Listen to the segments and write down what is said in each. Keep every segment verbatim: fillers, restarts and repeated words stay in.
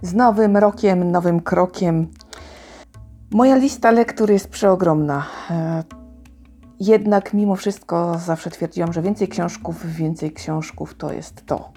z nowym rokiem, nowym krokiem. Moja lista lektur jest przeogromna. Jednak mimo wszystko zawsze twierdziłam, że więcej książków, więcej książków to jest to.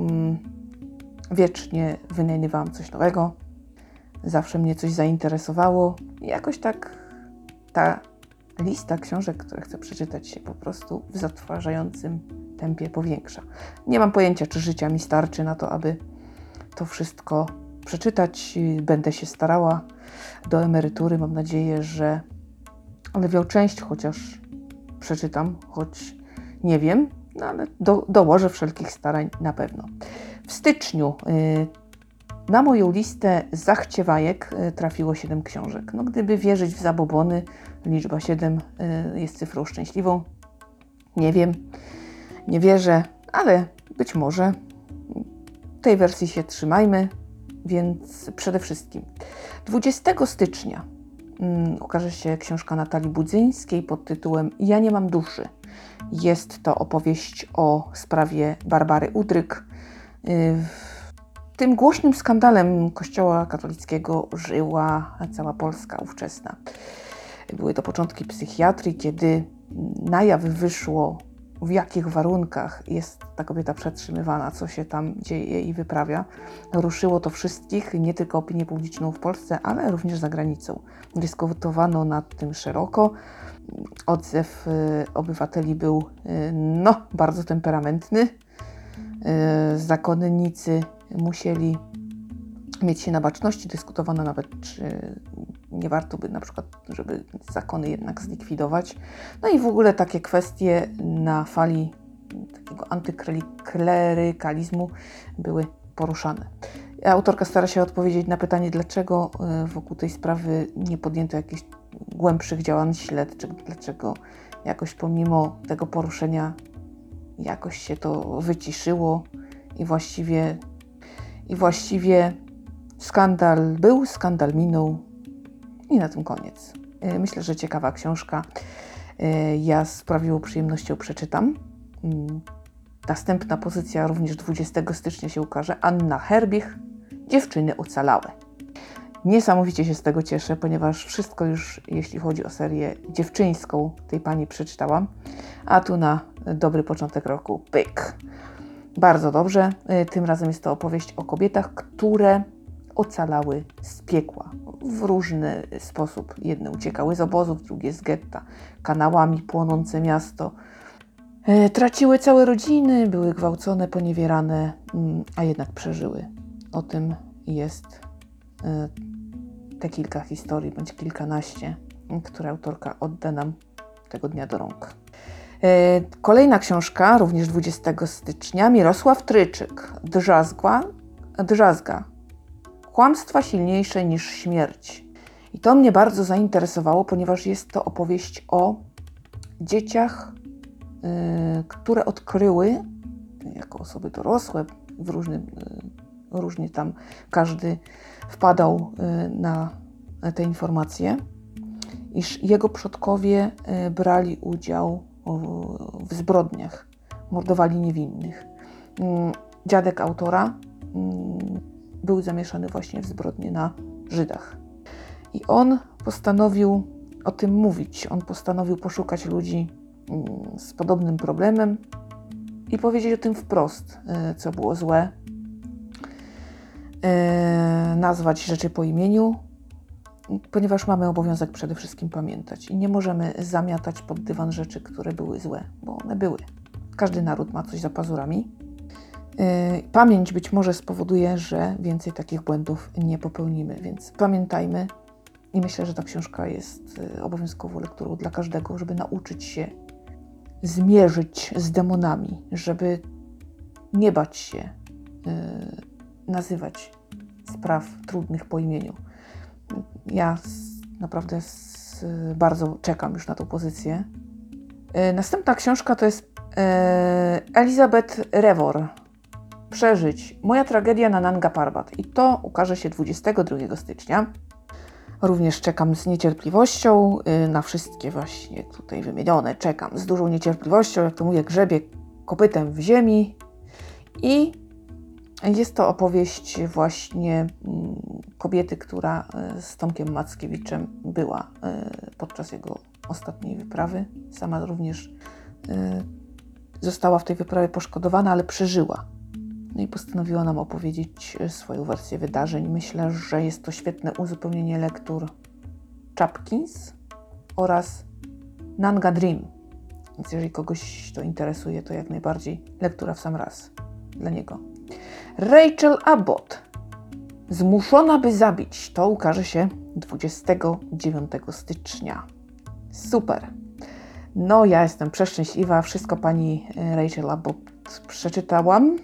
Wiecznie wynajdywałam coś nowego. Zawsze mnie coś zainteresowało. I jakoś tak ta lista książek, które chcę przeczytać, się po prostu w zatrważającym tempie powiększa. Nie mam pojęcia, czy życia mi starczy na to, aby to wszystko przeczytać. Będę się starała do emerytury. Mam nadzieję, że lwią część chociaż przeczytam, choć nie wiem, no ale do, dołożę wszelkich starań na pewno. W styczniu y, na moją listę zachciewajek y, trafiło siedem książek. No, gdyby wierzyć w zabobony, liczba siedem y, jest cyfrą szczęśliwą. Nie wiem, nie wierzę, ale być może tej wersji się trzymajmy, więc przede wszystkim dwudziestego stycznia um, ukaże się książka Natalii Budzyńskiej pod tytułem Ja nie mam duszy. Jest to opowieść o sprawie Barbary Udryk. Yy, tym głośnym skandalem Kościoła katolickiego żyła cała Polska ówczesna. Były to początki psychiatrii, kiedy na jaw wyszło, w jakich warunkach jest ta kobieta przetrzymywana, co się tam dzieje i wyprawia. Ruszyło to wszystkich, nie tylko opinię publiczną w Polsce, ale również za granicą. Dyskutowano nad tym szeroko. Odzew y, obywateli był y, no, bardzo temperamentny. Y, zakonnicy musieli mieć się na baczności. Dyskutowano nawet, czy nie warto by na przykład, żeby zakony jednak zlikwidować. No i w ogóle takie kwestie na fali takiego antyklerykalizmu były poruszane. Autorka stara się odpowiedzieć na pytanie, dlaczego wokół tej sprawy nie podjęto jakichś głębszych działań śledczych, dlaczego jakoś pomimo tego poruszenia jakoś się to wyciszyło i właściwie, i właściwie skandal był, skandal minął. I na tym koniec. Myślę, że ciekawa książka. Ja z prawiłą przyjemnością przeczytam. Następna pozycja również dwudziestego stycznia się ukaże. Anna Herbich, Dziewczyny ocalałe. Niesamowicie się z tego cieszę, ponieważ wszystko już, jeśli chodzi o serię dziewczyńską, tej pani przeczytałam. A tu na dobry początek roku, pyk. Bardzo dobrze. Tym razem jest to opowieść o kobietach, które ocalały z piekła w różny sposób. Jedne uciekały z obozów, drugie z getta, kanałami płonące miasto. E, traciły całe rodziny, były gwałcone, poniewierane, mm, a jednak przeżyły. O tym jest e, te kilka historii, bądź kilkanaście, które autorka odda nam tego dnia do rąk. E, kolejna książka, również dwudziestego stycznia, Mirosław Tryczyk, Drzazga, Drzazga. Kłamstwa silniejsze niż śmierć. I to mnie bardzo zainteresowało, ponieważ jest to opowieść o dzieciach, yy, które odkryły, jako osoby dorosłe, w różnym, yy, różnie tam każdy wpadał yy, na te informacje, iż jego przodkowie yy, brali udział yy, w zbrodniach, mordowali niewinnych. Yy, dziadek autora yy, był zamieszany właśnie w zbrodnie na Żydach. I on postanowił o tym mówić. On postanowił poszukać ludzi z podobnym problemem i powiedzieć o tym wprost, co było złe. Nazwać rzeczy po imieniu, ponieważ mamy obowiązek przede wszystkim pamiętać. I nie możemy zamiatać pod dywan rzeczy, które były złe, bo one były. Każdy naród ma coś za pazurami. Pamięć być może spowoduje, że więcej takich błędów nie popełnimy, więc pamiętajmy i myślę, że ta książka jest obowiązkową lekturą dla każdego, żeby nauczyć się zmierzyć z demonami, żeby nie bać się yy, nazywać spraw trudnych po imieniu. Ja z, naprawdę z, bardzo czekam już na tą pozycję. Yy, następna książka to jest yy, Elizabeth Revor. Przeżyć. Moja tragedia na Nanga Parbat. I to ukaże się dwudziestego drugiego stycznia. Również czekam z niecierpliwością yy, na wszystkie właśnie tutaj wymienione. Czekam z dużą niecierpliwością, jak to mówię, grzebie kopytem w ziemi. I Jest to opowieść właśnie kobiety, która z Tomkiem Mackiewiczem była podczas jego ostatniej wyprawy. Sama również została w tej wyprawie poszkodowana, ale przeżyła. No i postanowiła nam opowiedzieć swoją wersję wydarzeń. Myślę, że jest to świetne uzupełnienie lektur Chapkins oraz Nanga Dream. Więc jeżeli kogoś to interesuje, to jak najbardziej lektura w sam raz dla niego. Rachel Abbott. Zmuszona, by zabić. To ukaże się dwudziestego dziewiątego stycznia. Super. No, ja jestem przeszczęśliwa. Wszystko pani Rachel Abbott przeczytałam.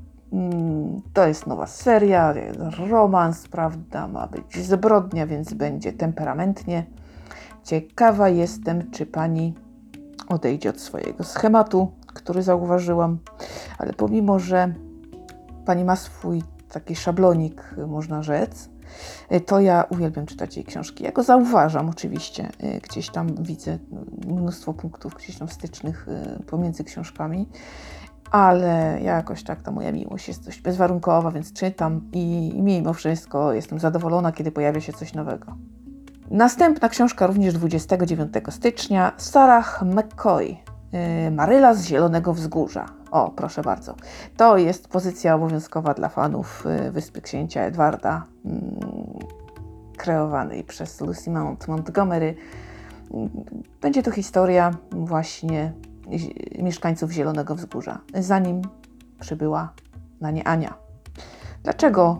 To jest nowa seria, romans, prawda, ma być zbrodnia, więc będzie temperamentnie. Ciekawa jestem, czy pani odejdzie od swojego schematu, który zauważyłam, ale pomimo, że pani ma swój taki szablonik, można rzec, to ja uwielbiam czytać jej książki. Ja go zauważam oczywiście, gdzieś tam widzę mnóstwo punktów gdzieś tam stycznych pomiędzy książkami, ale jakoś tak ta moja miłość jest dość bezwarunkowa, więc czytam i mimo wszystko jestem zadowolona, kiedy pojawia się coś nowego. Następna książka również dwudziestego dziewiątego stycznia, Sarah McCoy, yy, Maryla z Zielonego Wzgórza. O, proszę bardzo. To jest pozycja obowiązkowa dla fanów yy, Wyspy Księcia Edwarda, yy, kreowanej przez Lucy Mount Montgomery. Yy, będzie to historia właśnie mieszkańców Zielonego Wzgórza, zanim przybyła na nie Ania. Dlaczego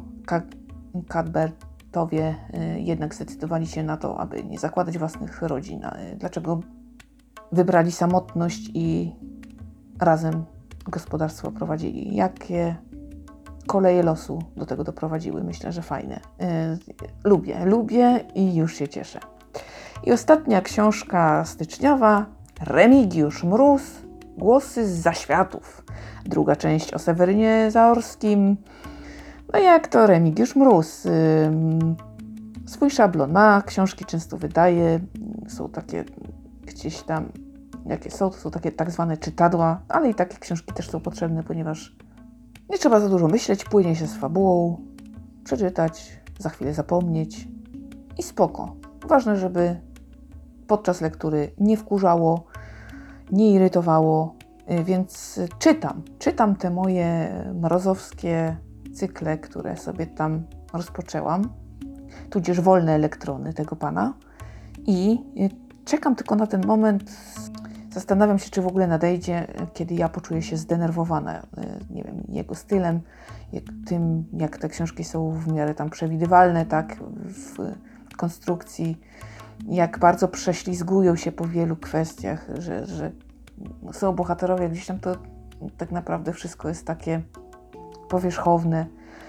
Cuthbertowie jednak zdecydowali się na to, aby nie zakładać własnych rodzin? Dlaczego wybrali samotność i razem gospodarstwo prowadzili? Jakie koleje losu do tego doprowadziły? Myślę, że fajne. Lubię, lubię i już się cieszę. I ostatnia książka styczniowa, Remigiusz Mróz, Głosy z zaświatów. Druga część o Sewerynie Zaorskim. No jak to Remigiusz Mróz? Swój szablon ma, książki często wydaje. Są takie gdzieś tam, jakie są, to są takie tak zwane czytadła, ale i takie książki też są potrzebne, ponieważ nie trzeba za dużo myśleć, płynie się z fabułą, przeczytać, za chwilę zapomnieć i spoko. Ważne, żeby podczas lektury nie wkurzało, nie irytowało, więc czytam. Czytam te moje mrozowskie cykle, które sobie tam rozpoczęłam, tudzież wolne elektrony tego pana i czekam tylko na ten moment. Zastanawiam się, czy w ogóle nadejdzie, kiedy ja poczuję się zdenerwowana, nie wiem, jego stylem, jak, tym, jak te książki są w miarę tam przewidywalne, tak, w konstrukcji, jak bardzo prześlizgują się po wielu kwestiach, że, że są bohaterowie, gdzieś tam to tak naprawdę wszystko jest takie powierzchowne.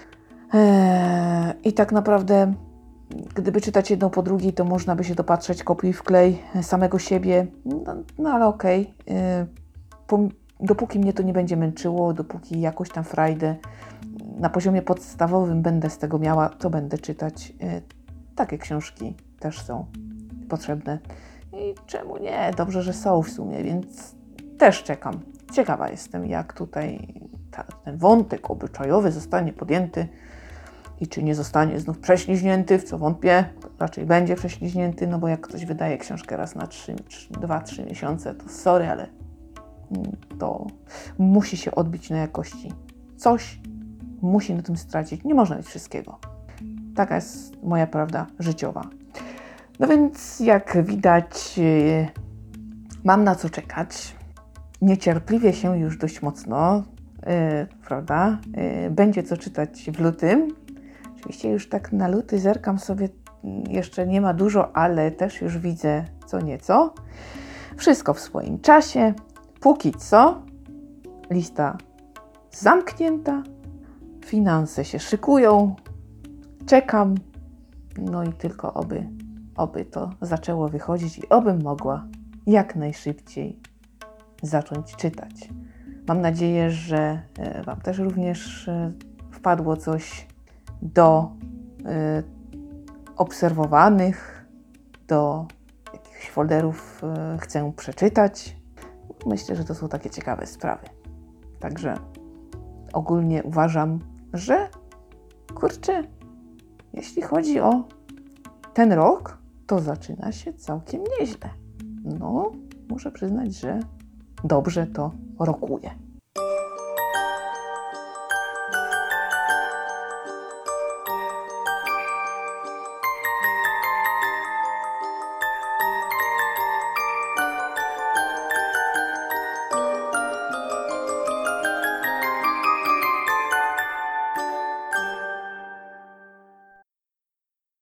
Eee, I tak naprawdę, gdyby czytać jedną po drugiej, to można by się dopatrzeć kopiuj w klej samego siebie, no, no ale okej. Okay. Dopóki mnie to nie będzie męczyło, dopóki jakoś tam frajdę na poziomie podstawowym będę z tego miała, to będę czytać. Eee, takie książki też są potrzebne. I czemu nie? Dobrze, że są w sumie, więc też czekam. Ciekawa jestem, jak tutaj ta, ten wątek obyczajowy zostanie podjęty i czy nie zostanie znów prześliźnięty, w co wątpię. Raczej będzie prześliźnięty, no bo jak ktoś wydaje książkę raz na dwa trzy miesiące, to sorry, ale to musi się odbić na jakości. Coś musi na tym stracić. Nie można mieć wszystkiego. Taka jest moja prawda życiowa. No więc jak widać, mam na co czekać. Niecierpliwie się już dość mocno, yy, prawda? Yy, będzie co czytać w lutym. Oczywiście już tak na luty zerkam sobie, jeszcze nie ma dużo, ale też już widzę co nieco. Wszystko w swoim czasie. Póki co lista zamknięta, finanse się szykują, czekam, no i tylko oby, oby to zaczęło wychodzić i obym mogła jak najszybciej zacząć czytać. Mam nadzieję, że Wam też również wpadło coś do y, obserwowanych, do jakichś folderów y, chcę przeczytać. Myślę, że to są takie ciekawe sprawy. Także ogólnie uważam, że kurczę, jeśli chodzi o ten rok, to zaczyna się całkiem nieźle. No, muszę przyznać, że dobrze to rokuje.